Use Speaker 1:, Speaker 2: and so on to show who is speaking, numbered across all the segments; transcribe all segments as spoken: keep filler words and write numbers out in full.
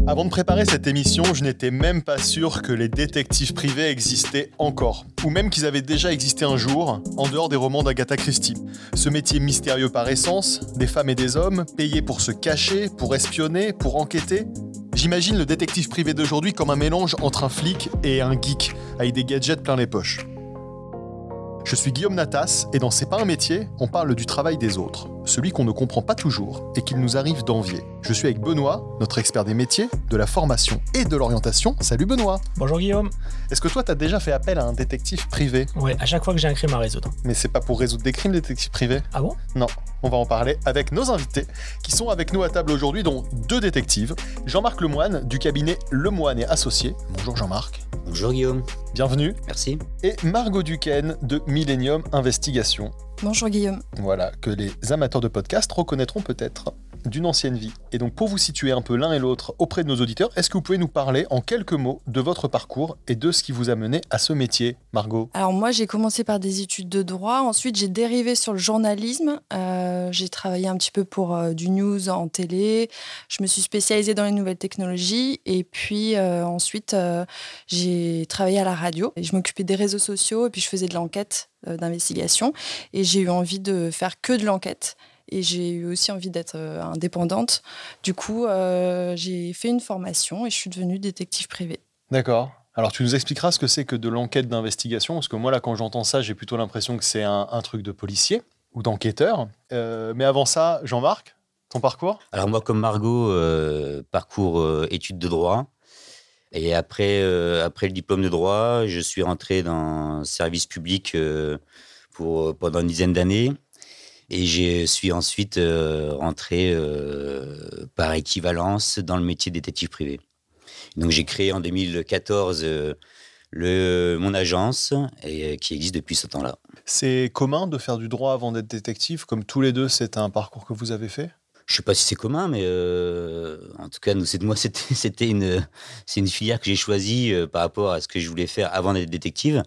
Speaker 1: Avant de préparer cette émission, je n'étais même pas sûr que les détectives privés existaient encore, ou même qu'ils avaient déjà existé un jour, en dehors des romans d'Agatha Christie. Ce métier mystérieux par essence, des femmes et des hommes, payés pour se cacher, pour espionner, pour enquêter. J'imagine le détective privé d'aujourd'hui comme un mélange entre un flic et un geek, avec des gadgets plein les poches. Je suis Guillaume Natas, et dans C'est pas un métier, on parle du travail des autres, celui qu'on ne comprend pas toujours et qu'il nous arrive d'envier. Je suis avec Benoît, notre expert des métiers, de la formation et de l'orientation. Salut Benoît.
Speaker 2: Bonjour Guillaume.
Speaker 1: Est-ce que toi t'as déjà fait appel à un détective privé ?
Speaker 2: Ouais, à chaque fois que j'ai un crime à résoudre.
Speaker 1: Mais c'est pas pour résoudre des crimes, détective privé ?
Speaker 2: Ah bon ?
Speaker 1: Non, on va en parler avec nos invités, qui sont avec nous à table aujourd'hui, dont deux détectives. Jean-Marc Lemoine, du cabinet Lemoine et Associés. Bonjour Jean-Marc.
Speaker 3: Bonjour Guillaume.
Speaker 1: Bienvenue.
Speaker 3: Merci.
Speaker 1: Et Margot Duquesne de Millennium Investigation.
Speaker 4: Bonjour Guillaume.
Speaker 1: Voilà, que les amateurs de podcast reconnaîtront peut-être d'une ancienne vie. Et donc pour vous situer un peu l'un et l'autre auprès de nos auditeurs, est-ce que vous pouvez nous parler en quelques mots de votre parcours et de ce qui vous a mené à ce métier, Margot ?
Speaker 4: Alors moi j'ai commencé par des études de droit, ensuite j'ai dérivé sur le journalisme, euh, j'ai travaillé un petit peu pour euh, du news en télé, je me suis spécialisée dans les nouvelles technologies et puis euh, ensuite euh, j'ai travaillé à la radio et je m'occupais des réseaux sociaux et puis je faisais de l'enquête euh, d'investigation et j'ai eu envie de faire que de l'enquête. Et j'ai eu aussi envie d'être euh, indépendante. Du coup, euh, j'ai fait une formation et je suis devenue détective privée.
Speaker 1: D'accord. Alors, tu nous expliqueras ce que c'est que de l'enquête d'investigation, parce que moi, là, quand j'entends ça, j'ai plutôt l'impression que c'est un, un truc de policier ou d'enquêteur. Euh, mais avant ça, Jean-Marc, ton parcours ?
Speaker 3: Alors moi, comme Margot, euh, parcours euh, études de droit. Et après, euh, après le diplôme de droit, je suis rentré dans le service public euh, pour, pendant une dizaine d'années. Et je suis ensuite euh, rentré euh, par équivalence dans le métier de détective privé. Donc j'ai créé en deux mille quatorze euh, le, mon agence et, qui existe depuis ce temps-là.
Speaker 1: C'est commun de faire du droit avant d'être détective ? Comme tous les deux, c'est un parcours que vous avez fait ?
Speaker 3: Je ne sais pas si c'est commun, mais euh, en tout cas, nous, c'est, moi, c'était, c'était une, c'est une filière que j'ai choisie euh, par rapport à ce que je voulais faire avant d'être détective.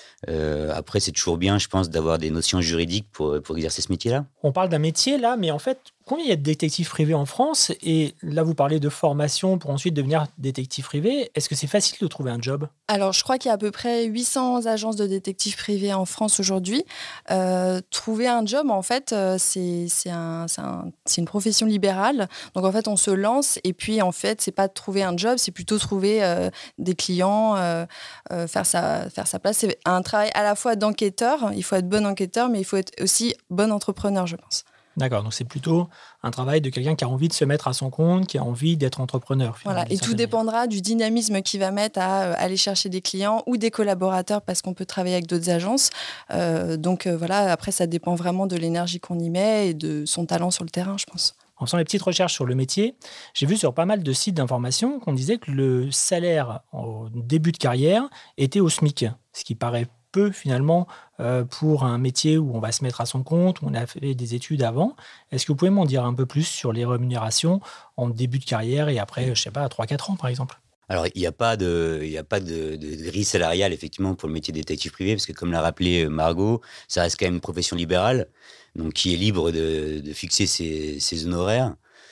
Speaker 3: Euh, après, c'est toujours bien, je pense, d'avoir des notions juridiques pour, pour exercer ce métier-là.
Speaker 2: On parle d'un métier là, mais en fait, combien il y a de détectives privés en France ? Et là, vous parlez de formation pour ensuite devenir détective privé. Est-ce que c'est facile de trouver un job ?
Speaker 4: Alors, je crois qu'il y a à peu près huit cents agences de détectives privés en France aujourd'hui. Euh, trouver un job, en fait, euh, c'est, c'est, un, c'est, un, c'est une profession libérale. Donc, en fait, on se lance et puis, en fait, c'est pas de trouver un job, c'est plutôt trouver euh, des clients, euh, euh, faire, sa, faire sa place. C'est un travail à la fois d'enquêteur, il faut être bon enquêteur, mais il faut être aussi bon entrepreneur, je pense.
Speaker 2: D'accord, donc c'est plutôt un travail de quelqu'un qui a envie de se mettre à son compte, qui a envie d'être entrepreneur.
Speaker 4: Voilà, et tout dépendra du dynamisme qu'il va mettre à euh, aller chercher des clients ou des collaborateurs parce qu'on peut travailler avec d'autres agences. Euh, donc euh, voilà, après ça dépend vraiment de l'énergie qu'on y met et de son talent sur le terrain, je pense.
Speaker 2: En faisant les petites recherches sur le métier, j'ai vu sur pas mal de sites d'information qu'on disait que le salaire au début de carrière était au SMIC, ce qui paraît peu finalement euh, pour un métier où on va se mettre à son compte, où on a fait des études avant. Est-ce que vous pouvez m'en dire un peu plus sur les rémunérations en début de carrière et après, je ne sais pas, trois à quatre ans par exemple ?
Speaker 3: Alors, il n'y a pas de, il n'y a pas de, de grille salariale, effectivement, pour le métier de détective privé, parce que comme l'a rappelé Margot, ça reste quand même une profession libérale, donc qui est libre de, de fixer ses, ses honoraires.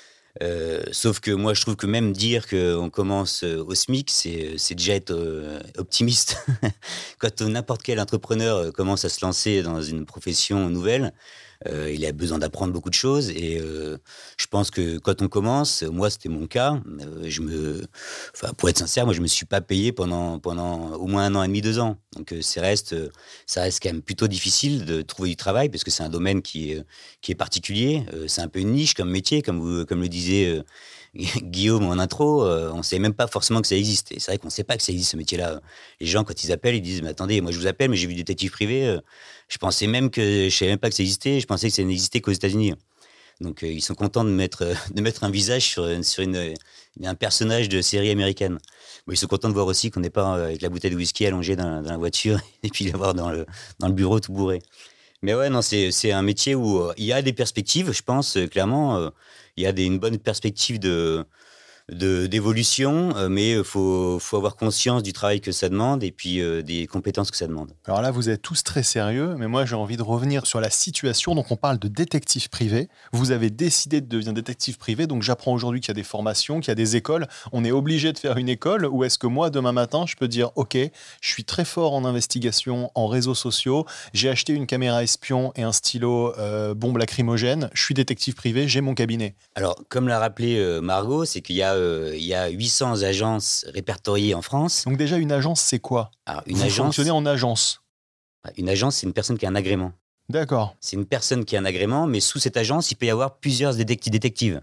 Speaker 3: Euh, sauf que moi, je trouve que même dire qu'on commence au SMIC, c'est, c'est déjà être euh, optimiste. Quand n'importe quel entrepreneur commence à se lancer dans une profession nouvelle, euh, il a besoin d'apprendre beaucoup de choses. Et euh, je pense que quand on commence, moi, c'était mon cas. Euh, je me, enfin, pour être sincère, moi, je me suis pas payé pendant pendant au moins un an et demi, deux ans. Donc, euh, ça reste, ça reste quand même plutôt difficile de trouver du travail parce que c'est un domaine qui est qui est particulier. Euh, c'est un peu une niche comme métier, comme vous, comme le disait euh, Guillaume en intro. Euh, on sait même pas forcément que ça existe. Et c'est vrai qu'on sait pas que ça existe ce métier-là. Les gens, quand ils appellent, ils disent mais attendez, moi je vous appelle, mais j'ai vu détective privé. Euh, je pensais même que je savais même pas que ça existait. Je pensais que ça n'existait qu'aux États-Unis. Donc euh, ils sont contents de mettre de mettre un visage sur sur une un personnage de série américaine. Bon, ils sont contents de voir aussi qu'on n'est pas avec la bouteille de whisky allongée dans, dans la voiture et puis l'avoir dans le dans le bureau tout bourré. Mais ouais, non, c'est c'est un métier où euh, il y a des perspectives, je pense euh, clairement. Euh, il y a des, une bonne perspective de de, d'évolution, euh, mais il faut, faut avoir conscience du travail que ça demande et puis euh, des compétences que ça demande.
Speaker 1: Alors là, vous êtes tous très sérieux, mais moi j'ai envie de revenir sur la situation. Donc on parle de détective privé. Vous avez décidé de devenir détective privé, donc j'apprends aujourd'hui qu'il y a des formations, qu'il y a des écoles. On est obligé de faire une école, ou est-ce que moi, demain matin, je peux dire « Ok, je suis très fort en investigation, en réseaux sociaux, j'ai acheté une caméra espion et un stylo euh, bombe lacrymogène, je suis détective privé, j'ai mon cabinet. »
Speaker 3: Alors, comme l'a rappelé euh, Margot, c'est qu'il y a, euh, il y a huit cents agences répertoriées en France.
Speaker 1: Donc déjà, une agence, c'est quoi ?
Speaker 3: Alors, une
Speaker 1: Vous
Speaker 3: agence,
Speaker 1: fonctionnez en agence.
Speaker 3: Une agence, c'est une personne qui a un agrément.
Speaker 1: D'accord.
Speaker 3: C'est une personne qui a un agrément, mais sous cette agence, il peut y avoir plusieurs détectives. détectives.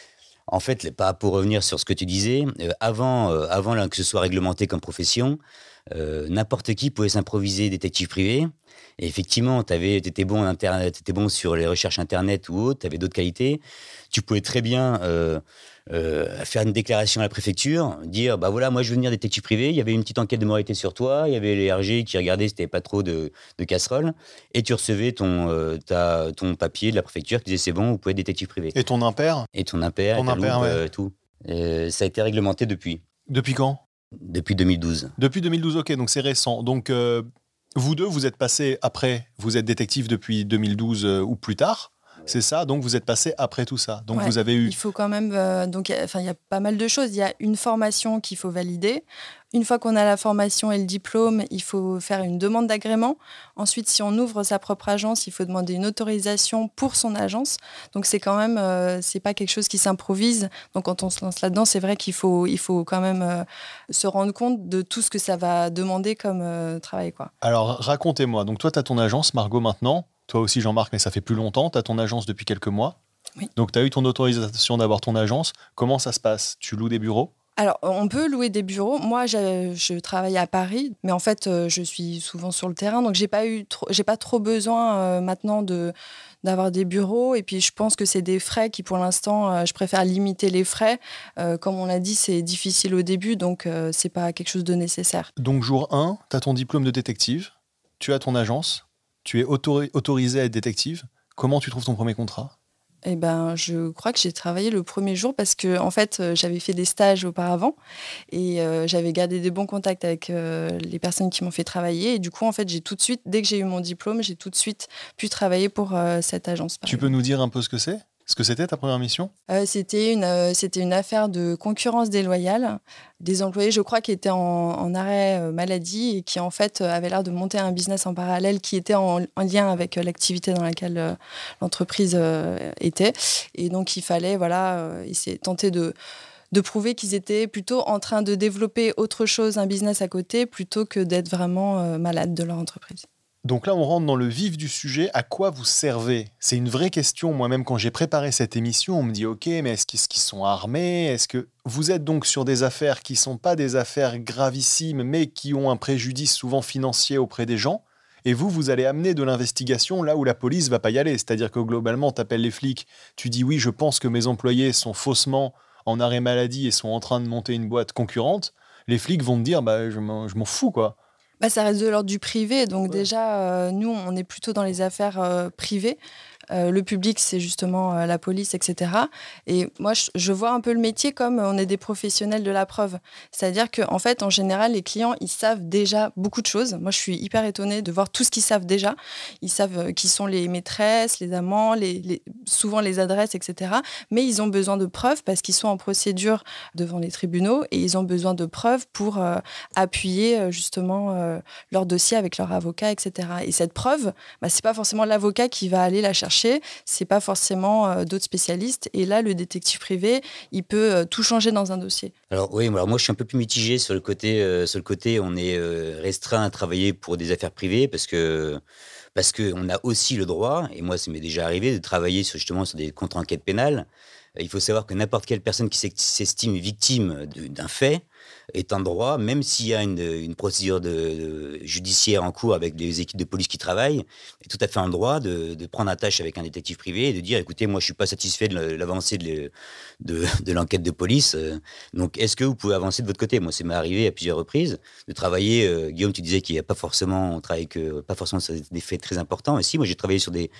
Speaker 3: En fait, pas pour revenir sur ce que tu disais, euh, avant, euh, avant là, que ce soit réglementé comme profession, euh, n'importe qui pouvait s'improviser détective privé. Et effectivement, tu étais bon, bon sur les recherches Internet ou autre, tu avais d'autres qualités. Tu pouvais très bien euh, euh, faire une déclaration à la préfecture, dire bah voilà, moi je veux devenir détective privé. Il y avait une petite enquête de moralité sur toi, il y avait les R G qui regardaient si tu n'avais pas trop de, de casseroles, et tu recevais ton, euh, ta, ton papier de la préfecture qui disait c'est bon, vous pouvez être détective privé.
Speaker 1: Et ton impair ?
Speaker 3: Et ton impair,
Speaker 1: ton
Speaker 3: et ta
Speaker 1: impair,
Speaker 3: loupe,
Speaker 1: ouais.
Speaker 3: euh, tout. Euh, ça a été réglementé depuis.
Speaker 1: Depuis quand ?
Speaker 3: Depuis deux mille douze.
Speaker 1: Depuis deux mille douze, ok, donc c'est récent. Donc euh, vous deux, vous êtes passés après, vous êtes détective depuis deux mille douze euh, ou plus tard. C'est ça, donc vous êtes passé après tout ça. Donc
Speaker 4: ouais,
Speaker 1: vous avez eu.
Speaker 4: Il faut quand même. Euh, donc, enfin, il y a pas mal de choses. Il y a une formation qu'il faut valider. Une fois qu'on a la formation et le diplôme, il faut faire une demande d'agrément. Ensuite, si on ouvre sa propre agence, il faut demander une autorisation pour son agence. Donc, c'est quand même, euh, c'est pas quelque chose qui s'improvise. Donc, quand on se lance là-dedans, c'est vrai qu'il faut, il faut quand même euh, se rendre compte de tout ce que ça va demander comme euh, travail, quoi.
Speaker 1: Alors, racontez-moi. Donc, toi, tu as ton agence, Margot, maintenant. Toi aussi, Jean-Marc, mais ça fait plus longtemps. Tu as ton agence depuis quelques mois.
Speaker 4: Oui.
Speaker 1: Donc, tu as eu ton autorisation d'avoir ton agence. Comment ça se passe ? Tu loues des bureaux ?
Speaker 4: Alors, on peut louer des bureaux. Moi, je, je travaille à Paris, mais en fait, euh, je suis souvent sur le terrain, donc j'ai pas eu, trop, j'ai pas trop besoin euh, maintenant de d'avoir des bureaux. Et puis, je pense que c'est des frais qui, pour l'instant, euh, je préfère limiter les frais. Euh, comme on l'a dit, c'est difficile au début, donc euh, c'est pas quelque chose de nécessaire.
Speaker 1: Donc, jour un, tu as ton diplôme de détective, tu as ton agence, tu es autori- autorisé à être détective. Comment tu trouves ton premier contrat ?
Speaker 4: Eh ben, je crois que j'ai travaillé le premier jour parce que en fait, euh, j'avais fait des stages auparavant et euh, j'avais gardé des bons contacts avec euh, les personnes qui m'ont fait travailler. Et du coup, en fait, j'ai tout de suite, dès que j'ai eu mon diplôme, j'ai tout de suite pu travailler pour euh, cette agence.
Speaker 1: Tu peux nous dire un peu ce que c'est ? Ce que c'était ta première mission ?
Speaker 4: euh, c'était, une, euh, c'était une affaire de concurrence déloyale. Des employés, je crois, qui étaient en, en arrêt euh, maladie et qui, en fait, euh, avaient l'air de monter un business en parallèle qui était en, en lien avec euh, l'activité dans laquelle euh, l'entreprise euh, était. Et donc, il fallait voilà, euh, essayer, tenter de, de prouver qu'ils étaient plutôt en train de développer autre chose, un business à côté, plutôt que d'être vraiment euh, malades de leur entreprise.
Speaker 1: Donc là, on rentre dans le vif du sujet. À quoi vous servez ? C'est une vraie question. Moi-même, quand j'ai préparé cette émission, on me dit « Ok, mais est-ce qu'ils sont armés ? Est-ce que vous êtes donc sur des affaires qui ne sont pas des affaires gravissimes, mais qui ont un préjudice souvent financier auprès des gens ? Et vous, vous allez amener de l'investigation là où la police ne va pas y aller. C'est-à-dire que globalement, tu appelles les flics, tu dis « Oui, je pense que mes employés sont faussement en arrêt maladie et sont en train de monter une boîte concurrente. » Les flics vont te dire bah, « Je m'en, je m'en fous, quoi. »
Speaker 4: Bah, ça reste de l'ordre du privé. Donc
Speaker 1: ouais.
Speaker 4: déjà, euh, nous, on est plutôt dans les affaires euh, privées. Euh, le public, c'est justement euh, la police, et cetera. Et moi, je, je vois un peu le métier comme on est des professionnels de la preuve. C'est-à-dire qu'en fait, en général, les clients, ils savent déjà beaucoup de choses. Moi, je suis hyper étonnée de voir tout ce qu'ils savent déjà. Ils savent euh, qui sont les maîtresses, les amants, les, les, souvent les adresses, et cetera. Mais ils ont besoin de preuves parce qu'ils sont en procédure devant les tribunaux et ils ont besoin de preuves pour euh, appuyer euh, justement euh, leur dossier avec leur avocat, et cetera. Et cette preuve, bah, c'est pas forcément l'avocat qui va aller la chercher. C'est pas forcément euh, d'autres spécialistes. Et là, le détective privé, il peut euh, tout changer dans un dossier.
Speaker 3: Alors oui, alors moi je suis un peu plus mitigé sur le côté. Euh, sur le côté, on est euh, restreint à travailler pour des affaires privées parce que parce que on a aussi le droit. Et moi, ça m'est déjà arrivé de travailler sur, justement sur des contre-enquêtes pénales. Il faut savoir que n'importe quelle personne qui s'estime victime de, d'un fait est en droit, même s'il y a une, une procédure de, de judiciaire en cours avec des équipes de police qui travaillent, est tout à fait en droit de, de prendre attache avec un détective privé et de dire, écoutez, moi, je suis pas satisfait de l'avancée de, de, de l'enquête de police, donc est-ce que vous pouvez avancer de votre côté ? Moi, c'est m'est arrivé à plusieurs reprises de travailler. Euh, Guillaume, tu disais qu'il n'y a pas forcément, on travaille que pas forcément sur des faits très importants. Et si, moi, j'ai travaillé sur des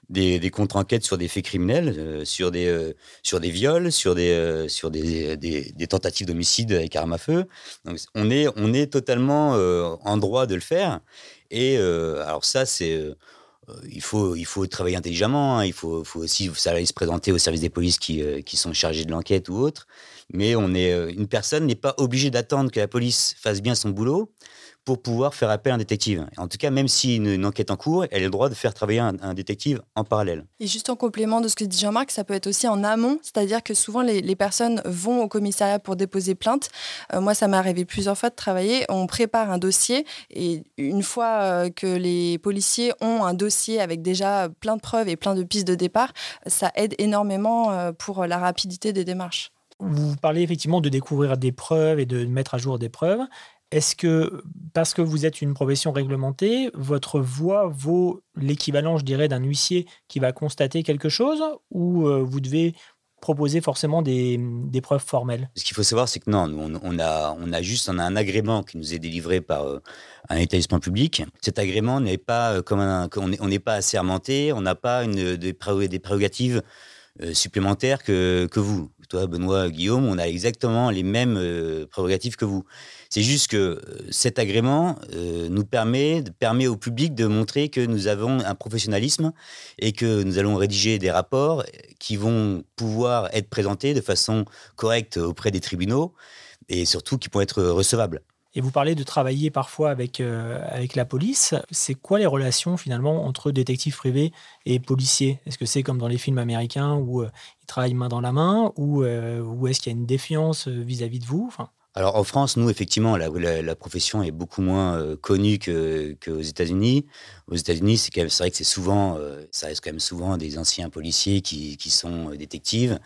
Speaker 3: des, des contre-enquêtes sur des faits criminels, euh, sur, des, euh, sur des viols, sur des, euh, sur des, des, des tentatives d'homicide avec arme à feu. Donc, on est, on est totalement euh, en droit de le faire. Et euh, alors ça, c'est... Euh, il, faut, il faut travailler intelligemment. Hein. Il faut, faut aussi ça allait se présenter aux services des polices qui, euh, qui sont chargés de l'enquête ou autres. Mais on est, euh, une personne n'est pas obligée d'attendre que la police fasse bien son boulot pour pouvoir faire appel à un détective. En tout cas, même si une, une enquête en cours, elle a le droit de faire travailler un, un détective en parallèle.
Speaker 4: Et juste en complément de ce que dit Jean-Marc, ça peut être aussi en amont, c'est-à-dire que souvent les, les personnes vont au commissariat pour déposer plainte. Euh, moi, ça m'est arrivé plusieurs fois de travailler. On prépare un dossier et une fois euh, que les policiers ont un dossier avec déjà plein de preuves et plein de pistes de départ, ça aide énormément euh, pour la rapidité des démarches.
Speaker 2: Vous parlez effectivement de découvrir des preuves et de mettre à jour des preuves. Est-ce que, parce que vous êtes une profession réglementée, votre voix vaut l'équivalent, je dirais, d'un huissier qui va constater quelque chose, ou euh, vous devez proposer forcément des, des preuves formelles?
Speaker 3: Ce qu'il faut savoir, c'est que non, nous, on, on, a, on a juste on a un agrément qui nous est délivré par euh, un établissement public. Cet agrément n'est pas euh, comme un, on n'est on n'est pas assermenté, on n'a pas une, des, pré- des prérogatives euh, supplémentaires que, que vous. Toi, Benoît, Guillaume, on a exactement les mêmes euh, prérogatives que vous. C'est juste que euh, cet agrément euh, nous permet, permet au public de montrer que nous avons un professionnalisme et que nous allons rédiger des rapports qui vont pouvoir être présentés de façon correcte auprès des tribunaux et surtout qui pourront être recevables.
Speaker 2: Et vous parlez de travailler parfois avec, euh, avec la police. C'est quoi les relations finalement entre détectives privés et policiers? Est-ce que c'est comme dans les films américains où euh, ils travaillent main dans la main, ou, euh, ou est-ce qu'il y a une défiance vis-à-vis de vous? Enfin...
Speaker 3: Alors en France, nous, effectivement, la, la, la profession est beaucoup moins euh, connue que, qu'aux États-Unis. Aux États-Unis, c'est, quand même, c'est vrai que c'est souvent, euh, ça reste quand même souvent des anciens policiers qui, qui sont euh, détectives.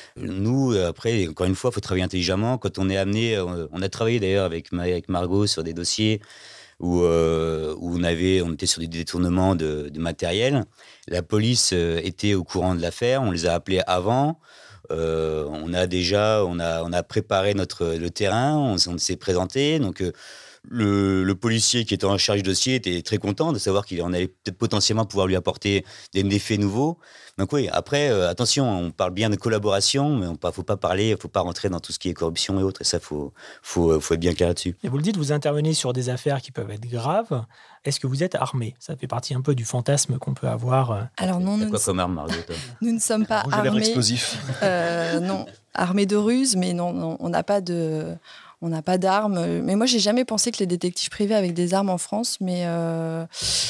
Speaker 3: Nous, après, encore une fois, il faut travailler intelligemment. Quand on est amené, on a travaillé d'ailleurs avec, avec Margot sur des dossiers où, euh, où on, avait, on était sur des détournements de, de matériel. La police était au courant de l'affaire, on les a appelés avant. Euh, on a déjà on a, on a préparé notre, le terrain, on, on s'est présenté. Donc, euh, le, le policier qui était en charge du dossier était très content de savoir qu'il en allait peut-être potentiellement pouvoir lui apporter des, des faits nouveaux. Donc oui, après, euh, attention, on parle bien de collaboration, mais il ne faut pas parler, il ne faut pas rentrer dans tout ce qui est corruption et autres. Et ça, il faut, faut, faut être bien clair là-dessus.
Speaker 2: Et vous le dites, vous intervenez sur des affaires qui peuvent être graves. Est-ce que vous êtes armé? Ça fait partie un peu du fantasme qu'on peut avoir.
Speaker 4: Alors non,
Speaker 3: T'as
Speaker 4: nous
Speaker 3: quoi
Speaker 4: ne...
Speaker 3: comme arme, Margot, toi?
Speaker 4: Nous ne sommes pas
Speaker 1: Rouge à lèvres
Speaker 4: armés.
Speaker 1: explosif.
Speaker 4: Euh, non, armés de ruse, mais non, non on n'a pas de... On n'a pas d'armes. Mais moi, j'ai jamais pensé que les détectives privés avaient des armes en France. Mais euh,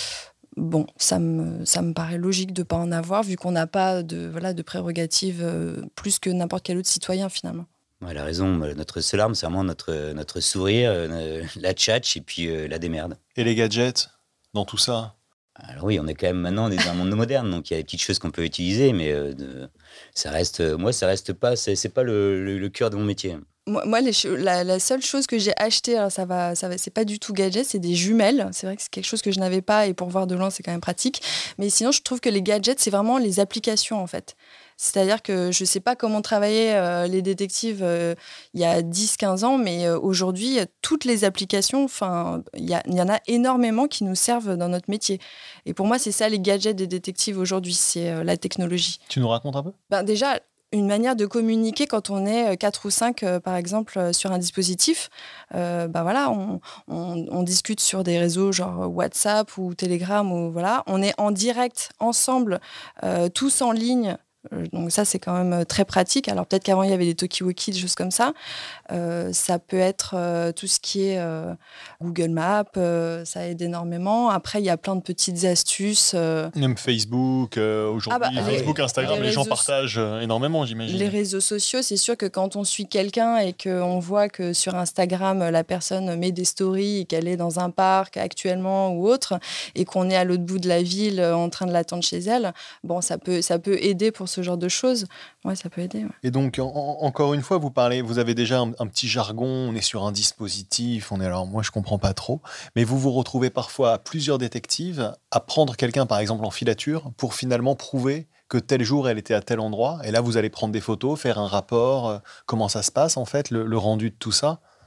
Speaker 4: bon, ça me, ça me paraît logique de ne pas en avoir, vu qu'on n'a pas de, voilà, de prérogatives euh, plus que n'importe quel autre citoyen, finalement.
Speaker 3: Elle a raison. Notre seule arme, c'est vraiment notre, notre sourire, euh, la tchatch et puis euh, la démerde.
Speaker 1: Et les gadgets dans tout ça?
Speaker 3: Alors oui, on est quand même maintenant dans un monde moderne, donc il y a des petites choses qu'on peut utiliser, mais euh, de, ça reste, moi, ça reste pas, c'est, c'est pas le, le, le cœur de mon métier.
Speaker 4: Moi, les, la, la seule chose que j'ai achetée, alors ça va, ça va, c'est pas du tout gadget, c'est des jumelles. C'est vrai que c'est quelque chose que je n'avais pas et pour voir de loin, c'est quand même pratique. Mais sinon, je trouve que les gadgets, c'est vraiment les applications en fait. C'est-à-dire que je ne sais pas comment travaillaient euh, les détectives euh, il y a dix quinze ans, mais euh, aujourd'hui, toutes les applications, il y, y en a énormément qui nous servent dans notre métier. Et pour moi, c'est ça les gadgets des détectives aujourd'hui, c'est euh, la technologie.
Speaker 1: Tu nous racontes un peu?
Speaker 4: Ben, déjà, une manière de communiquer quand on est quatre ou cinq, euh, par exemple, euh, sur un dispositif. Euh, ben voilà, on, on, on discute sur des réseaux genre WhatsApp ou Telegram. Ou, voilà. On est en direct, ensemble, euh, tous en ligne. Donc ça, c'est quand même très pratique. Alors peut-être qu'avant, il y avait des talkie-walkie, des choses comme ça. Euh, ça peut être euh, tout ce qui est euh, Google Maps, euh, ça aide énormément. Après, il y a plein de petites astuces. Euh...
Speaker 1: Même Facebook, euh, aujourd'hui,
Speaker 4: ah bah,
Speaker 1: Facebook,
Speaker 4: les,
Speaker 1: Instagram, les, les gens partagent so- énormément, j'imagine.
Speaker 4: Les réseaux sociaux, c'est sûr que quand on suit quelqu'un et qu'on voit que sur Instagram, la personne met des stories et qu'elle est dans un parc actuellement ou autre, et qu'on est à l'autre bout de la ville en train de l'attendre chez elle, bon, ça peut, ça peut aider pour ce genre de choses. Ouais, ça peut aider. Ouais.
Speaker 1: Et donc, en, encore une fois, vous parlez, vous avez déjà un, un petit jargon, on est sur un dispositif, on est alors, moi je comprends pas trop, mais vous vous retrouvez parfois plusieurs détectives à prendre quelqu'un, par exemple, en filature, pour finalement prouver que tel jour elle était à tel endroit, et là vous allez prendre des photos, faire un rapport, euh, comment ça se passe en fait, le, le rendu de tout ça?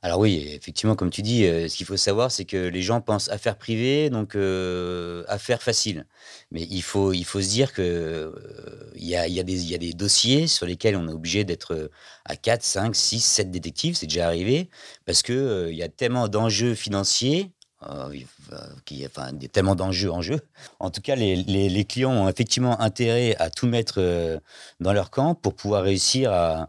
Speaker 3: Alors oui, effectivement, comme tu dis, euh, ce qu'il faut savoir, c'est que les gens pensent affaires privées, donc euh, affaires faciles. Mais il faut, il faut se dire que euh, il y a, il y a des, il y a des dossiers sur lesquels on est obligé d'être à quatre, cinq, six, sept détectives, c'est déjà arrivé, parce que euh, il y a tellement d'enjeux financiers. Euh, qui, enfin, il y a tellement d'enjeux en jeu. En tout cas, les, les, les clients ont effectivement intérêt à tout mettre euh, dans leur camp pour pouvoir réussir à,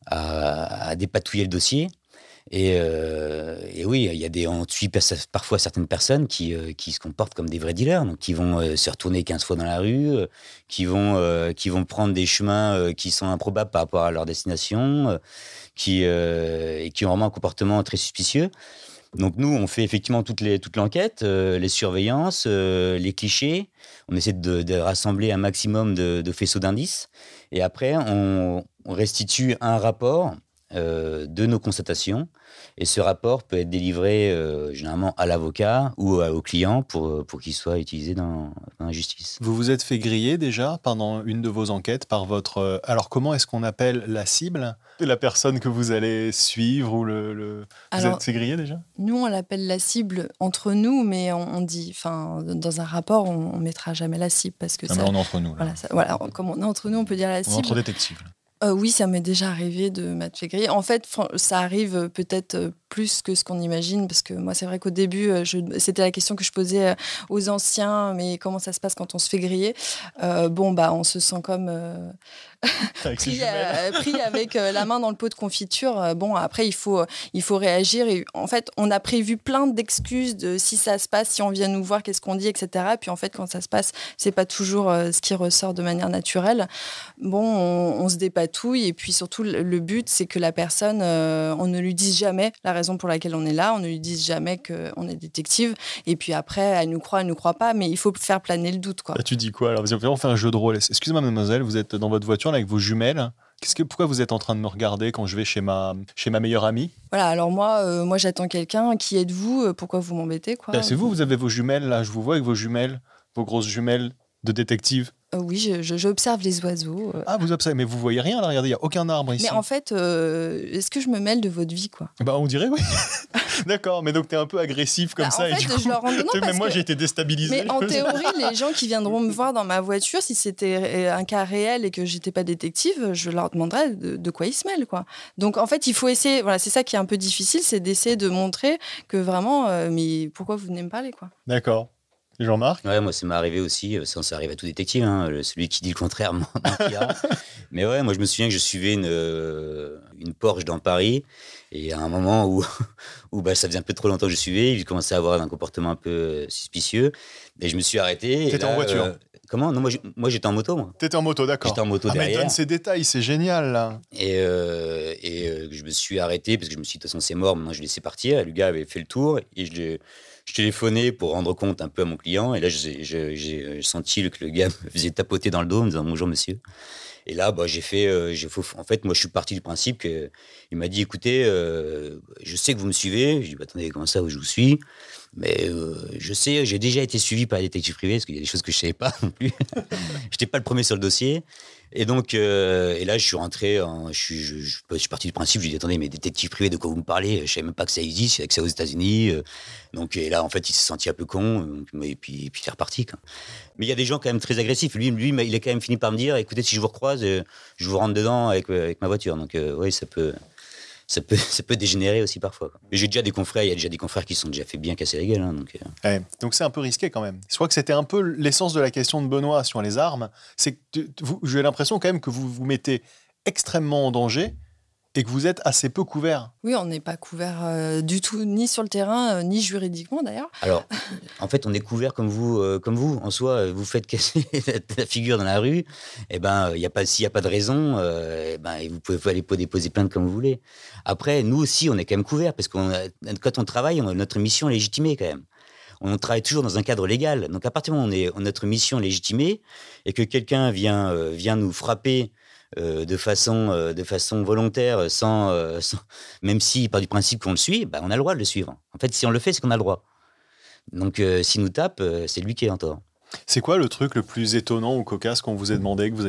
Speaker 3: à, à dépatouiller le dossier. Et, euh, et oui, il y a des, on suit parfois certaines personnes qui, euh, qui se comportent comme des vrais dealers, donc qui vont euh, se retourner quinze fois dans la rue, euh, qui, vont, euh, qui vont prendre des chemins euh, qui sont improbables par rapport à leur destination, euh, qui, euh, et qui ont vraiment un comportement très suspicieux. Donc nous, on fait effectivement toute, les, toute l'enquête, euh, les surveillances, euh, les clichés. On essaie de, de rassembler un maximum de, de faisceaux d'indices. Et après, on, on restitue un rapport euh, de nos constatations. Et ce rapport peut être délivré euh, généralement à l'avocat ou à, au client pour, pour qu'il soit utilisé dans, dans la justice.
Speaker 1: Vous vous êtes fait griller déjà pendant une de vos enquêtes par votre... Euh, alors comment est-ce qu'on appelle la cible ? La personne que vous allez suivre ou le... le... Vous
Speaker 4: Alors,
Speaker 1: êtes fait griller déjà ?
Speaker 4: Nous, on l'appelle la cible entre nous, mais on, on dit... Enfin, dans un rapport, on ne mettra jamais la cible parce que
Speaker 1: non,
Speaker 4: ça...
Speaker 1: mais on est entre nous. Là.
Speaker 4: Voilà, ça, voilà, comme on est entre nous, on peut dire la
Speaker 1: On est
Speaker 4: cible.
Speaker 1: entre détectives. Là.
Speaker 4: Euh, oui, ça m'est déjà arrivé de m'être fait griller. En fait, ça arrive peut-être plus que ce qu'on imagine, parce que moi, c'est vrai qu'au début, je, c'était la question que je posais aux anciens, mais comment ça se passe quand on se fait griller ? euh, Bon, bah, on se sent comme... Euh...
Speaker 1: avec
Speaker 4: pris, euh, pris avec euh, la main dans le pot de confiture. Euh, bon, après, il faut, il faut réagir. Et, en fait, on a prévu plein d'excuses de si ça se passe, si on vient nous voir, qu'est-ce qu'on dit, et cetera. Puis en fait, quand ça se passe, c'est pas toujours euh, ce qui ressort de manière naturelle. Bon, on, on se dépatouille. Et puis surtout, le, le but, c'est que la personne, euh, on ne lui dise jamais la raison pour laquelle on est là. On ne lui dise jamais qu'on est détective. Et puis après, elle nous croit, elle nous croit pas. Mais il faut faire planer le doute, quoi.
Speaker 1: Là, tu dis quoi alors ? On fait un jeu de rôle. Excusez-moi, mademoiselle, vous êtes dans votre voiture avec vos jumelles. Qu'est-ce que, pourquoi vous êtes en train de me regarder quand je vais chez ma, chez ma meilleure amie ?
Speaker 4: Voilà, alors moi, euh, moi j'attends quelqu'un. Qui êtes-vous ? Pourquoi vous m'embêtez, quoi ?
Speaker 1: Là, c'est vous, vous avez vos jumelles, là. Je vous vois avec vos jumelles, vos grosses jumelles de détective.
Speaker 4: Euh, oui, je, je, j'observe les oiseaux. Euh.
Speaker 1: Ah, vous observez, mais vous voyez rien là, regardez, il n'y a aucun arbre ici.
Speaker 4: Mais en fait, euh, est-ce que je me mêle de votre vie, quoi ?
Speaker 1: Bah, on dirait oui. D'accord, mais donc t'es un peu agressif comme
Speaker 4: bah,
Speaker 1: ça.
Speaker 4: En fait,
Speaker 1: et du coup,
Speaker 4: je leur rends... non,
Speaker 1: mais moi,
Speaker 4: que...
Speaker 1: j'ai été déstabilisé.
Speaker 4: Mais en théorie, les gens qui viendront me voir dans ma voiture, si c'était un cas réel et que j'étais pas détective, je leur demanderais de, de quoi ils se mêlent, quoi. Donc, en fait, il faut essayer... Voilà, c'est ça qui est un peu difficile, c'est d'essayer de montrer que vraiment... Euh, mais pourquoi vous venez me parler, quoi ?
Speaker 1: D'accord. Jean-Marc ?
Speaker 3: Ouais, moi, ça m'est arrivé aussi. Ça, ça arrive à tout détective. Hein, celui qui dit le contraire mentira. Mais ouais, moi, je me souviens que je suivais une, euh, une Porsche dans Paris. Et à un moment où, où bah, ça faisait un peu trop longtemps que je suivais, il commençait à avoir un comportement un peu euh, suspicieux. Et je me suis arrêté.
Speaker 1: T'étais en voiture euh,
Speaker 3: Comment ? Non, moi, je, moi, j'étais en moto, moi.
Speaker 1: T'étais en moto, d'accord.
Speaker 3: J'étais en moto
Speaker 1: ah,
Speaker 3: derrière.
Speaker 1: Mais donne ces détails, c'est génial, là.
Speaker 3: Et, euh, et euh, je me suis arrêté parce que je me suis dit, de toute façon, c'est mort. Maintenant, je l'ai laissé partir. Le gars avait fait le tour. Et je l'ai... Je téléphonais pour rendre compte un peu à mon client. Et là, j'ai, j'ai, j'ai senti que le gars me faisait tapoter dans le dos en me disant « Bonjour, monsieur ». Et là, bah, j'ai fait... Euh, j'ai, en fait, moi, je suis parti du principe qu'il m'a dit « Écoutez, euh, je sais que vous me suivez. » Je dis bah, « Attendez, comment ça, je vous suis ?» Mais euh, je sais, j'ai déjà été suivi par un détective privé, parce qu'il y a des choses que je ne savais pas non plus. Je n'étais pas le premier sur le dossier. Et donc, euh, et là, je suis rentré, en, je, suis, je, je, je suis parti du principe, je lui ai dit, attendez, mais détective privé, de quoi vous me parlez ? Je ne savais même pas que ça existe, que c'est aux États-Unis. Donc, et là, en fait, il s'est senti un peu con, donc, et puis, et puis c'est reparti, quoi. Mais il y a des gens quand même très agressifs. Lui, lui, il a quand même fini par me dire, écoutez, si je vous recroise, je vous rentre dedans avec, avec ma voiture. Donc, euh, oui, ça peut... Ça peut, ça peut dégénérer aussi parfois. Quoi. Mais j'ai déjà des confrères, il y a déjà des confrères qui sont déjà fait bien casser la gueule. Hein, donc, euh...
Speaker 1: ouais, donc c'est un peu risqué quand même. Je crois que c'était un peu l'essence de la question de Benoît sur les armes. C'est que tu, vous, j'ai l'impression quand même que vous vous mettez extrêmement en danger et que vous êtes assez peu couvert.
Speaker 4: Oui, on n'est pas couvert euh, du tout, ni sur le terrain, euh, ni juridiquement d'ailleurs.
Speaker 3: Alors, en fait, on est couvert comme vous, euh, comme vous. En soi, vous faites casser la figure dans la rue, et ben, il y a pas, s'il n'y a pas de raison, euh, et ben, vous pouvez aller déposer plainte comme vous voulez. Après, nous aussi, on est quand même couverts parce que quand on travaille, on a notre mission légitimée quand même. On travaille toujours dans un cadre légal. Donc, à partir du moment où on est on a notre mission légitimée et que quelqu'un vient, euh, vient nous frapper Euh, de, façon, euh, de façon volontaire, sans, euh, sans, même s'il part du principe qu'on le suit, bah, on a le droit de le suivre. En fait, si on le fait, c'est qu'on a le droit. Donc, euh, s'il nous tape, euh, c'est lui qui est en tort.
Speaker 1: C'est quoi le truc le plus étonnant ou cocasse qu'on vous ait demandé, que vous ayez fait ?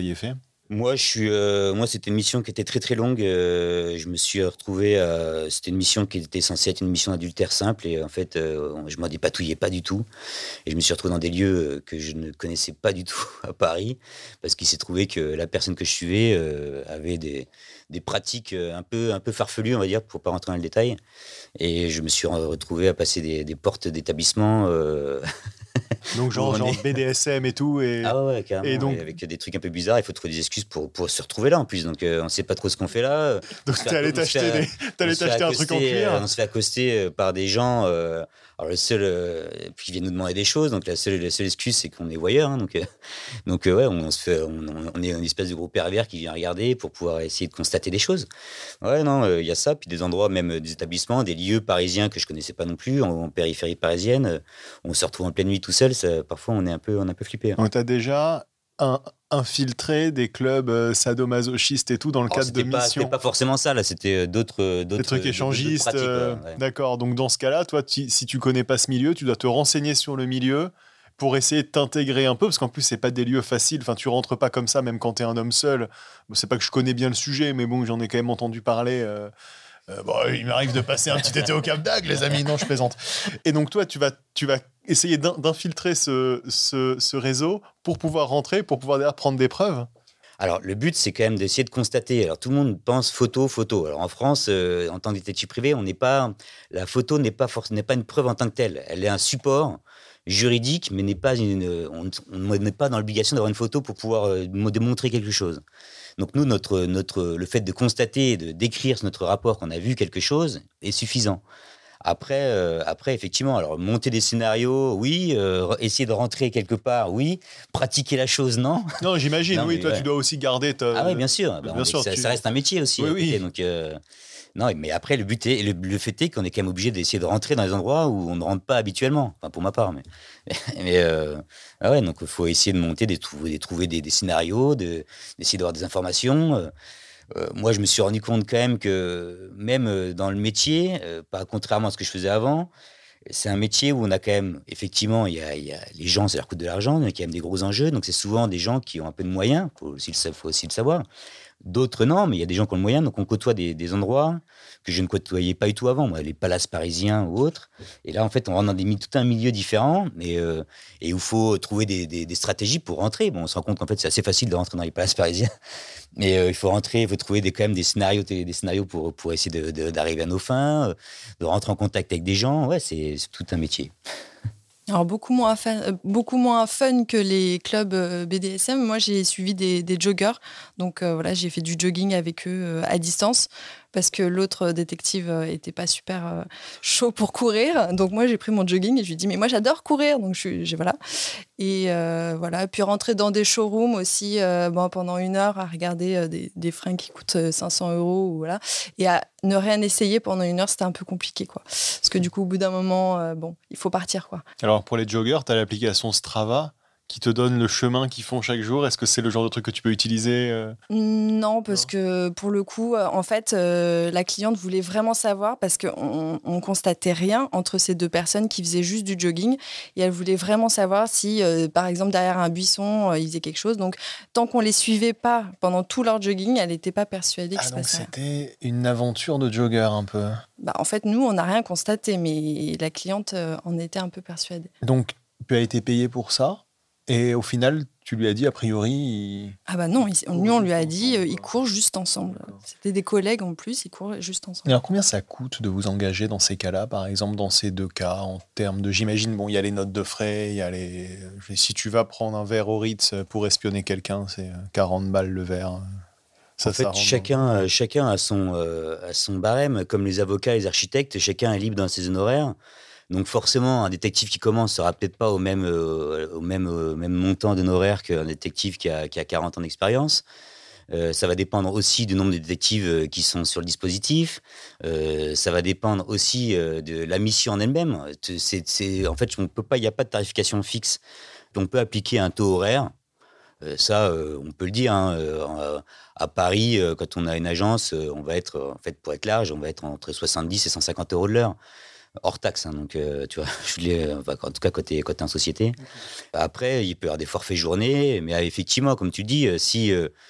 Speaker 3: Moi, je suis, euh, moi, c'était une mission qui était très très longue. Euh, je me suis retrouvé. Euh, c'était une mission qui était censée être une mission adultère simple, et en fait, euh, je m'en dépatouillais pas du tout. Et je me suis retrouvé dans des lieux que je ne connaissais pas du tout à Paris, parce qu'il s'est trouvé que la personne que je suivais euh, avait des, des pratiques un peu un peu farfelues, on va dire, pour pas rentrer dans le détail. Et je me suis retrouvé à passer des, des portes d'établissements. Euh,
Speaker 1: Donc genre, genre
Speaker 3: est...
Speaker 1: B D S M et tout. Et...
Speaker 3: Ah ouais, carrément. Et donc... et avec des trucs un peu bizarres, il faut trouver des excuses pour, pour se retrouver là en plus. Donc euh, on ne sait pas trop ce qu'on fait là.
Speaker 1: Donc tu allais t'acheter, des... t'acheter un truc en cuir.
Speaker 3: On se fait accoster par des gens. Euh... Alors le seul, euh... qui vient nous demander des choses. Donc la seule, la seule excuse, c'est qu'on est voyeur. Hein, donc euh... donc euh, ouais, on, se fait, on, on est une espèce de groupe pervers qui vient regarder pour pouvoir essayer de constater des choses. Ouais, non, il euh, y a ça. Puis des endroits, même des établissements, des lieux parisiens que je connaissais pas non plus, en, en périphérie parisienne. On se retrouve en pleine nuit tout seul. Ça, parfois, on est un peu, on est un peu flippé. Hein.
Speaker 1: Donc tu as déjà un, infiltré des clubs euh, sadomasochistes et tout dans le
Speaker 3: Alors,
Speaker 1: cadre de
Speaker 3: pas,
Speaker 1: missions.
Speaker 3: C'était pas forcément ça, là, c'était d'autres, d'autres
Speaker 1: des trucs échangistes.
Speaker 3: D'autres pratiques,
Speaker 1: euh,
Speaker 3: ouais.
Speaker 1: D'accord. Donc dans ce cas-là, toi, tu, si tu connais pas ce milieu, tu dois te renseigner sur le milieu pour essayer de t'intégrer un peu, parce qu'en plus, c'est pas des lieux faciles. Enfin, tu rentres pas comme ça, même quand tu es un homme seul. Bon, c'est pas que je connais bien le sujet, mais bon, j'en ai quand même entendu parler. Euh, euh, bon, il m'arrive de passer un petit été au Cap d'Agde, les amis. Non, je plaisante. Et donc, toi, tu vas, tu vas essayer d'infiltrer ce, ce, ce réseau pour pouvoir rentrer, pour pouvoir d'ailleurs prendre des preuves.
Speaker 3: Alors, le but, c'est quand même d'essayer de constater. Alors, tout le monde pense photo, photo. Alors, en France, euh, en tant que détective privé, on n'est pas, la photo n'est pas, forc- n'est pas une preuve en tant que telle. Elle est un support juridique, mais n'est pas une, on n'est pas dans l'obligation d'avoir une photo pour pouvoir euh, démontrer quelque chose. Donc, nous, notre, notre, le fait de constater, de décrire notre rapport qu'on a vu quelque chose est suffisant. Après, euh, après, effectivement, alors monter des scénarios, oui. Euh, essayer de rentrer quelque part, oui. Pratiquer la chose, non.
Speaker 1: Non, j'imagine, non, oui. Toi,
Speaker 3: ouais.
Speaker 1: tu doit aussi garder ta...
Speaker 3: Ah oui, bien sûr. Bah,
Speaker 1: bien sûr
Speaker 3: ça,
Speaker 1: tu...
Speaker 3: ça reste un métier aussi.
Speaker 1: Oui, oui.
Speaker 3: Côté, donc, euh, non, mais après, le but est, le, le fait est qu'on est quand même obligé d'essayer de rentrer dans les endroits où on ne rentre pas habituellement. Enfin, pour ma part. Mais, mais euh, ah ouais, donc il faut essayer de monter, de trouver, de trouver des, des scénarios, de, d'essayer d'avoir des informations. Euh, Euh, moi, je me suis rendu compte quand même que même dans le métier, euh, pas contrairement à ce que je faisais avant, c'est un métier où on a quand même, effectivement, il y a, il y a les gens, ça leur coûte de l'argent, il y a quand même des gros enjeux, donc c'est souvent des gens qui ont un peu de moyens, il faut aussi, faut aussi le savoir. D'autres non, mais il y a des gens qui ont le moyen, donc on côtoie des, des endroits que je ne côtoyais pas du tout avant, moi, les palaces parisiens ou autres. Et là, en fait, on rentre dans des, tout un milieu différent et, euh, et où il faut trouver des, des, des stratégies pour rentrer. Bon, on se rend compte qu'en fait, c'est assez facile de rentrer dans les palaces parisiens, mais euh, il faut rentrer, il faut trouver des, quand même des scénarios, des scénarios pour, pour essayer de, de, d'arriver à nos fins, de rentrer en contact avec des gens. Ouais, c'est, c'est tout un métier.
Speaker 4: Alors, beaucoup moins, fun, beaucoup moins fun que les clubs B D S M. Moi, j'ai suivi des, des joggers. Donc, euh, voilà, j'ai fait du jogging avec eux euh, à distance parce que l'autre détective n'était pas super euh, chaud pour courir. Donc, moi, j'ai pris mon jogging et je lui ai dit, mais moi, j'adore courir. Donc, je, je, voilà. Et euh, voilà. Puis, rentrer dans des showrooms aussi euh, bon, pendant une heure à regarder euh, des, des fringues qui coûtent cinq cents euros. Ou, voilà. Et à ne rien essayer pendant une heure, c'était un peu compliqué, quoi. Parce que du coup, au bout d'un moment, euh, bon, il faut partir, quoi.
Speaker 1: Alors, pour les joggers, tu as l'application Strava qui te donne le chemin qu'ils font chaque jour. Est-ce que c'est le genre de truc que tu peux utiliser euh...
Speaker 4: Non, parce non. que pour le coup, en fait, euh, la cliente voulait vraiment savoir parce qu'on on constatait rien entre ces deux personnes qui faisaient juste du jogging et elle voulait vraiment savoir si, euh, par exemple, derrière un buisson, euh, ils faisaient quelque chose. Donc, tant qu'on les suivait pas pendant tout leur jogging, elle n'était pas persuadée
Speaker 1: ah,
Speaker 4: que
Speaker 1: donc
Speaker 4: se passait.
Speaker 1: C'était une aventure de jogger un peu.
Speaker 4: Bah, en fait, nous, on n'a rien constaté, mais la cliente euh, en était un peu persuadée.
Speaker 1: Donc, tu as été payé pour ça? Et au final, tu lui as dit, a priori... Il...
Speaker 4: Ah bah non, il, lui, on lui a dit, euh, ils courent juste ensemble. C'était des collègues en plus, ils courent juste ensemble.
Speaker 1: Et alors, combien ça coûte de vous engager dans ces cas-là, par exemple, dans ces deux cas, en termes de... J'imagine, bon, il y a les notes de frais, il y a les... Si tu vas prendre un verre au Ritz pour espionner quelqu'un, c'est quarante balles le verre.
Speaker 3: Ça, en fait, chacun, dans... chacun a son, euh, a son barème. Comme les avocats et les architectes, chacun est libre dans ses honoraires. Donc forcément, un détective qui commence sera peut-être pas au même, euh, au même, euh, même montant d'honoraires qu'un détective qui a, qui a quarante ans d'expérience. Euh, ça va dépendre aussi du nombre de détectives qui sont sur le dispositif. Euh, ça va dépendre aussi euh, de la mission en elle-même. C'est, c'est, en fait, on peut pas, il n'y a pas de tarification fixe. On peut appliquer un taux horaire. Euh, ça, euh, on peut le dire. Hein, euh, à Paris, euh, quand on a une agence, euh, on va être, en fait, pour être large, on va être entre soixante-dix et cent cinquante euros de l'heure. Hors taxe, hein, donc euh, tu vois, je l'ai, enfin, en tout cas côté, côté en société. Okay. Après, il peut y avoir des forfaits journées, mais euh, effectivement, comme tu dis, euh, si, euh,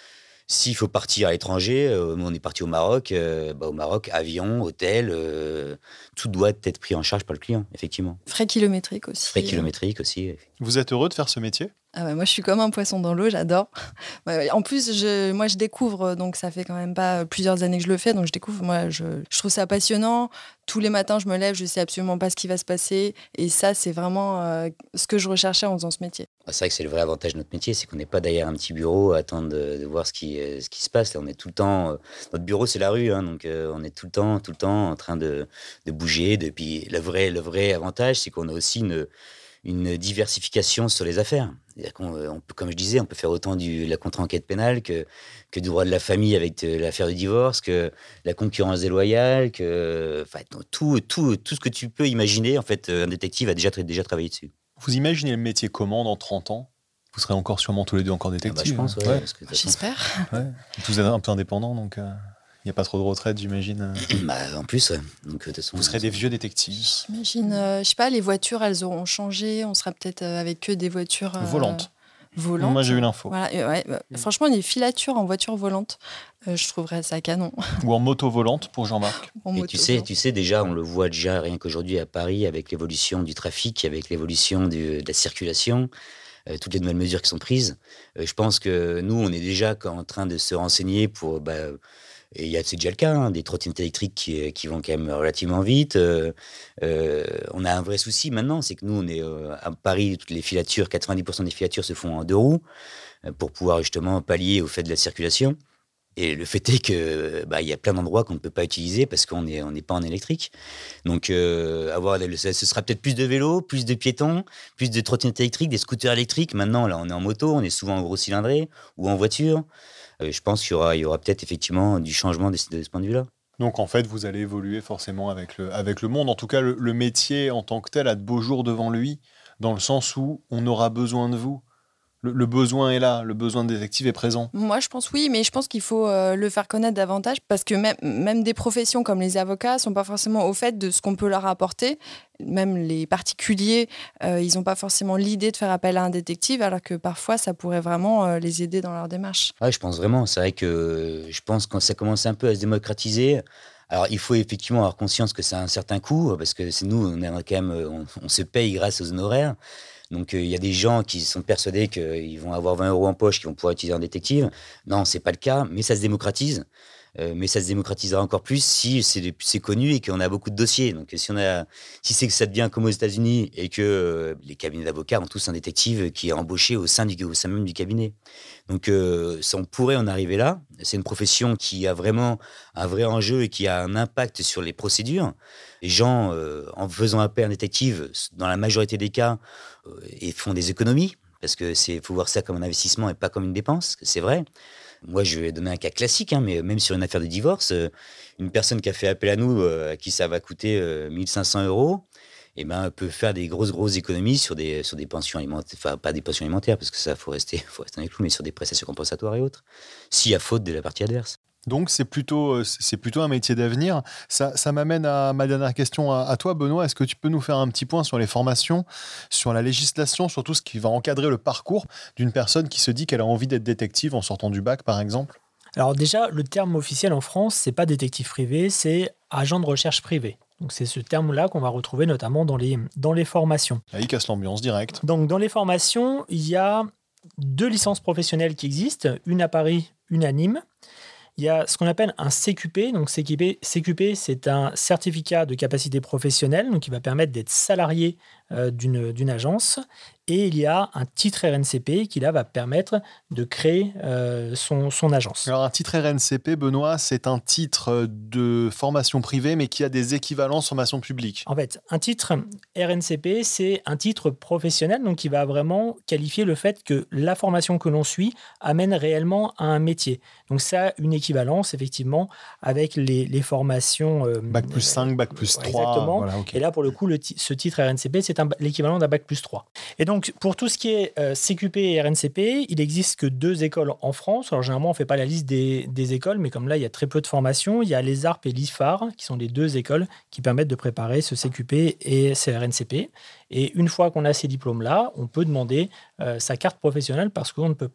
Speaker 3: S'il faut partir à l'étranger, euh, nous on est parti au Maroc, euh, bah, au Maroc, avion, hôtel, euh, tout doit être pris en charge par le client, effectivement.
Speaker 4: Frais kilométriques aussi.
Speaker 3: Frais kilométriques aussi.
Speaker 1: Vous êtes heureux de faire ce métier ?
Speaker 4: Ah ouais, moi, je suis comme un poisson dans l'eau, j'adore. En plus, je, moi, je découvre, donc ça fait quand même pas plusieurs années que je le fais, donc je découvre, moi, je, je trouve ça passionnant. Tous les matins, je me lève, je sais absolument pas ce qui va se passer. Et ça, c'est vraiment euh, ce que je recherchais en faisant ce métier.
Speaker 3: C'est vrai que c'est le vrai avantage de notre métier, c'est qu'on n'est pas derrière un petit bureau à attendre de, de voir ce qui, euh, ce qui se passe. Là, on est tout le temps... Euh, notre bureau, c'est la rue, hein, donc euh, on est tout le temps, tout le temps en train de, de bouger. De, puis le vrai, le vrai avantage, c'est qu'on a aussi une... une diversification sur les affaires. C'est-à-dire qu'on, on peut, comme je disais, on peut faire autant de la contre-enquête pénale que, que du droit de la famille avec l'affaire du divorce, que la concurrence déloyale, que enfin, tout, tout, tout ce que tu peux imaginer, en fait, un détective a déjà, déjà travaillé dessus.
Speaker 1: Vous imaginez le métier comment dans trente ans ? Vous serez encore sûrement tous les deux encore détectives.
Speaker 3: Ah bah, je pense, ouais.
Speaker 1: ouais.
Speaker 3: Parce que,
Speaker 4: J'espère.
Speaker 1: Ouais. Vous êtes un peu indépendants, donc... Euh... Il n'y a pas trop de retraite, j'imagine.
Speaker 3: Bah, en plus, ouais. Donc, de toute façon,
Speaker 1: vous serez des vieux détectives.
Speaker 4: J'imagine, euh, je sais pas, les voitures, elles auront changé. On sera peut-être avec que des voitures euh,
Speaker 1: volantes.
Speaker 4: volantes.
Speaker 1: Moi, j'ai eu l'info.
Speaker 4: Voilà, ouais, bah, mmh. Franchement, des filatures en voiture volante, euh, je trouverais ça canon.
Speaker 1: Ou en moto volante pour Jean-Marc.
Speaker 3: En Et tu sais, tu sais, déjà, on le voit déjà rien qu'aujourd'hui à Paris avec l'évolution du trafic, avec l'évolution du, de la circulation. Euh, toutes les nouvelles mesures qui sont prises. Euh, je pense que nous, on est déjà en train de se renseigner pour... Bah, et il y a, c'est déjà le cas, hein, des trottinettes électriques qui, qui vont quand même relativement vite. Euh, euh, on a un vrai souci maintenant, c'est que nous, on est euh, à Paris, toutes les filatures, quatre-vingt-dix pour cent des filatures se font en deux roues euh, pour pouvoir justement pallier au fait de la circulation. Et le fait est que bah, y a plein d'endroits qu'on ne peut pas utiliser parce qu'on n'est on n'est pas en électrique. Donc, euh, avoir, ce sera peut-être plus de vélos, plus de piétons, plus de trottinettes électriques, des scooters électriques. Maintenant, là, on est en moto, on est souvent en gros cylindré ou en voiture. Euh, je pense qu'il y aura, il y aura peut-être effectivement du changement de, de ce point de vue-là.
Speaker 1: Donc, en fait, vous allez évoluer forcément avec le, avec le monde. En tout cas, le, le métier en tant que tel a de beaux jours devant lui, dans le sens où on aura besoin de vous. Le, le besoin est là, le besoin de détective est présent.
Speaker 4: Moi, je pense oui, mais je pense qu'il faut euh, le faire connaître davantage parce que même, même des professions comme les avocats ne sont pas forcément au fait de ce qu'on peut leur apporter. Même les particuliers, euh, ils n'ont pas forcément l'idée de faire appel à un détective, alors que parfois, ça pourrait vraiment euh, les aider dans leur démarche.
Speaker 3: Ouais, je pense vraiment. C'est vrai que je pense que ça commence un peu à se démocratiser. Alors, il faut effectivement avoir conscience que ça a un certain coût, parce que c'est nous, on, est quand même, on, on se paye grâce aux honoraires. Donc, il euh, y a des gens qui sont persuadés qu'ils vont avoir vingt euros en poche, qui vont pouvoir utiliser un détective. Non, ce n'est pas le cas, mais ça se démocratise. Euh, mais ça se démocratisera encore plus si c'est, c'est connu et qu'on a beaucoup de dossiers. Donc, si, on a, si c'est que ça devient comme aux États-Unis et que euh, les cabinets d'avocats ont tous un détective qui est embauché au sein, du, au sein même du cabinet. Donc, euh, ça, on pourrait en arriver là. C'est une profession qui a vraiment un vrai enjeu et qui a un impact sur les procédures. Les gens, euh, en faisant appel à un détective, dans la majorité des cas, euh, et font des économies. Parce qu'il faut voir ça comme un investissement et pas comme une dépense, c'est vrai. Moi, je vais donner un cas classique, hein, mais même sur une affaire de divorce, euh, une personne qui a fait appel à nous, euh, à qui ça va coûter euh, mille cinq cents euros, eh ben, peut faire des grosses, grosses économies sur des, sur des pensions alimentaires, enfin, pas des pensions alimentaires, parce que ça, il faut rester, faut rester dans les clous, mais sur des prestations compensatoires et autres, s'il y a faute de la partie adverse.
Speaker 1: Donc, c'est plutôt, c'est plutôt un métier d'avenir. Ça, ça m'amène à ma dernière question à, à toi, Benoît. Est-ce que tu peux nous faire un petit point sur les formations, sur la législation, sur tout ce qui va encadrer le parcours d'une personne qui se dit qu'elle a envie d'être détective en sortant du bac, par exemple ?
Speaker 2: Alors déjà, le terme officiel en France, c'est pas détective privé, c'est agent de recherche privé. Donc c'est ce terme-là qu'on va retrouver notamment dans les, dans les formations.
Speaker 1: Là, il casse l'ambiance direct.
Speaker 2: Donc dans les formations, il y a deux licences professionnelles qui existent, une à Paris, une à Nîmes. Il y a ce qu'on appelle un C Q P. Donc C Q P, C Q P, c'est un certificat de capacité professionnelle, donc qui va permettre d'être salarié euh, d'une, d'une agence. Et il y a un titre R N C P qui là va permettre de créer euh, son, son agence.
Speaker 1: Alors un titre R N C P, Benoît, c'est un titre de formation privée, mais qui a des équivalences formation publique.
Speaker 2: En fait, un titre R N C P, c'est un titre professionnel, donc qui va vraiment qualifier le fait que la formation que l'on suit amène réellement à un métier. Donc ça a une équivalence, effectivement, avec les, les formations... Euh,
Speaker 1: bac plus cinq, bac plus trois.
Speaker 2: Exactement.
Speaker 1: Voilà, okay.
Speaker 2: Et là, pour le coup, le t- ce titre R N C P, c'est un, l'équivalent d'un bac plus trois. Et donc, Donc, pour tout ce qui est euh, C Q P et R N C P, il n'existe que deux écoles en France. Alors, généralement, on ne fait pas la liste des, des écoles, mais comme là, il y a très peu de formations, il y a l'E S A R P et l'I F A R, qui sont les deux écoles qui permettent de préparer ce C Q P et ce R N C P. Et une fois qu'on a ces diplômes-là, on peut demander euh, sa carte professionnelle parce qu'on ne peut pas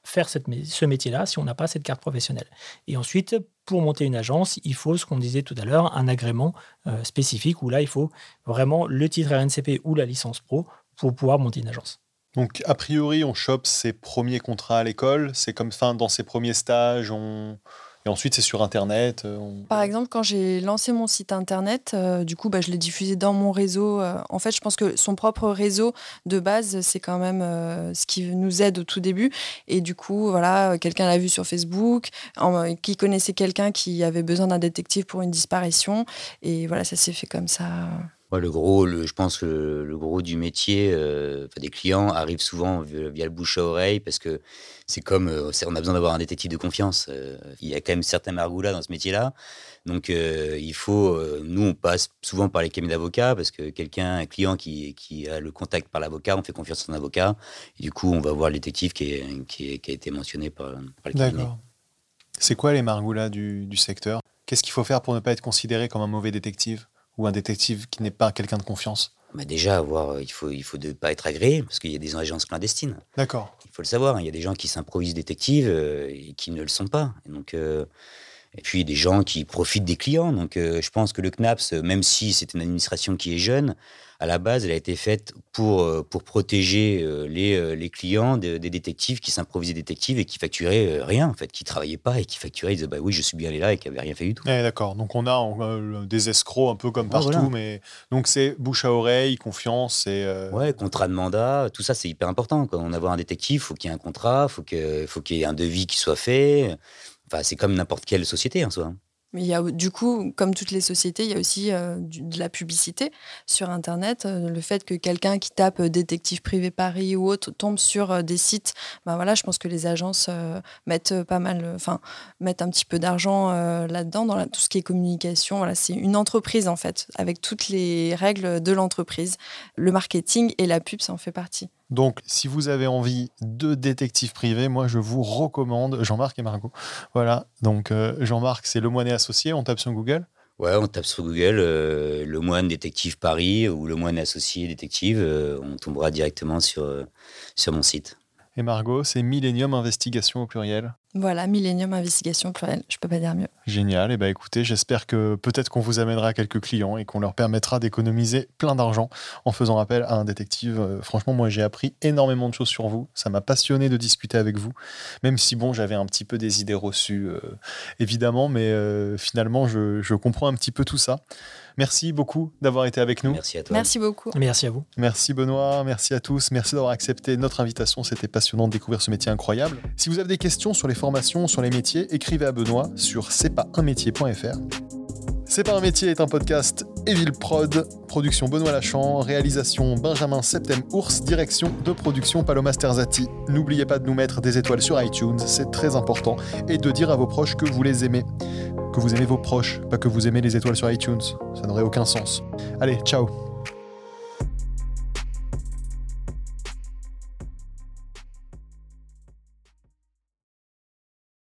Speaker 2: faire cette, ce métier-là si on n'a pas cette carte professionnelle. Et ensuite, pour monter une agence, il faut, ce qu'on disait tout à l'heure, un agrément euh, spécifique où là, il faut vraiment le titre R N C P ou la licence pro pour pouvoir monter une agence.
Speaker 1: Donc, a priori, on chope ses premiers contrats à l'école. C'est comme fin dans ses premiers stages. On... Et ensuite, c'est sur Internet. On...
Speaker 4: Par exemple, quand j'ai lancé mon site Internet, euh, du coup, bah, je l'ai diffusé dans mon réseau. Euh, en fait, je pense que son propre réseau de base, c'est quand même euh, ce qui nous aide au tout début. Et du coup, voilà, quelqu'un l'a vu sur Facebook, en, qui connaissait quelqu'un qui avait besoin d'un détective pour une disparition. Et voilà, ça s'est fait comme ça.
Speaker 3: Ouais, le gros, le, je pense que le, le gros du métier, euh, des clients arrive souvent via, via le bouche à oreille parce que c'est comme, euh, c'est, on a besoin d'avoir un détective de confiance. Euh, il y a quand même certains margoulas dans ce métier-là. Donc, euh, il faut, euh, nous, on passe souvent par les cabinets d'avocats parce que quelqu'un, un client qui, qui a le contact par l'avocat, on fait confiance à son avocat. Et du coup, on va voir le détective qui, est, qui, est, qui a été mentionné par, par le cabinet.
Speaker 1: D'accord. C'est quoi les margoulas du, du secteur ? Qu'est-ce qu'il faut faire pour ne pas être considéré comme un mauvais détective ? Ou un détective qui n'est pas quelqu'un de confiance ?
Speaker 3: Bah déjà, avoir, il faut, il faut ne pas être agréé, parce qu'il y a des agences clandestines.
Speaker 1: D'accord.
Speaker 3: Il faut le savoir, il y a des gens qui s'improvisent détectives euh, et qui ne le sont pas. Et, donc, euh, et puis, des gens qui profitent des clients. Donc, euh, je pense que le C N A P S, même si c'est une administration qui est jeune, à la base, elle a été faite pour, pour protéger euh, les, les clients de, des détectives qui s'improvisaient détectives et qui facturaient euh, rien, en fait, qui ne travaillaient pas et qui facturaient, ils disaient bah oui, je suis bien allé là et qui n'avaient rien fait du tout.
Speaker 1: Eh, d'accord, donc on a, on a des escrocs un peu comme partout, oh, voilà. Mais donc c'est bouche à oreille, confiance et... Euh...
Speaker 3: Ouais, contrat de mandat, tout ça c'est hyper important. Quand on a un détective, il faut qu'il y ait un contrat, faut que, faut qu'il y ait un devis qui soit fait. Enfin, c'est comme n'importe quelle société en soi.
Speaker 4: Mais il y a, du coup, comme toutes les sociétés, il y a aussi euh, du, de la publicité sur Internet. Euh, le fait que quelqu'un qui tape euh, détective privé Paris ou autre tombe sur euh, des sites, ben voilà, je pense que les agences euh, mettent pas mal, enfin, mettent un petit peu d'argent euh, là-dedans, dans la, tout ce qui est communication. Voilà, c'est une entreprise en fait, avec toutes les règles de l'entreprise. Le marketing et la pub, ça en fait partie.
Speaker 1: Donc, si vous avez envie de détective privé, moi, je vous recommande Jean-Marc et Margot. Voilà, donc euh, Jean-Marc, c'est Lemoine et Associés, on tape sur Google.
Speaker 3: Ouais, on tape sur Google euh, Lemoine Détective Paris ou Lemoine Associés Détective, euh, on tombera directement sur, euh, sur mon site.
Speaker 1: Et Margot, c'est Millennium Investigation au pluriel.
Speaker 4: Voilà, Millennium Investigation au pluriel, je peux pas dire mieux.
Speaker 1: Génial, et eh ben écoutez, j'espère que peut-être qu'on vous amènera quelques clients et qu'on leur permettra d'économiser plein d'argent en faisant appel à un détective. Euh, franchement, moi j'ai appris énormément de choses sur vous, ça m'a passionné de discuter avec vous, même si bon, j'avais un petit peu des idées reçues, euh, évidemment, mais euh, finalement je, je comprends un petit peu tout ça. Merci beaucoup d'avoir été avec nous.
Speaker 3: Merci à toi.
Speaker 4: Merci beaucoup.
Speaker 2: Merci à vous.
Speaker 1: Merci Benoît, merci à tous, merci d'avoir accepté notre invitation, c'était passionnant de découvrir ce métier incroyable. Si vous avez des questions sur les formations, sur les métiers, écrivez à Benoît sur c'est pas un métier point f r. C'est pas un métier est un podcast Evil Prod, production Benoît Lachamp, réalisation Benjamin Septem-Ours, direction de production Paloma Sterzati. N'oubliez pas de nous mettre des étoiles sur iTunes, c'est très important, et de dire à vos proches que vous les aimez. Que vous aimez vos proches, pas que vous aimez les étoiles sur iTunes, ça n'aurait aucun sens. Allez, ciao.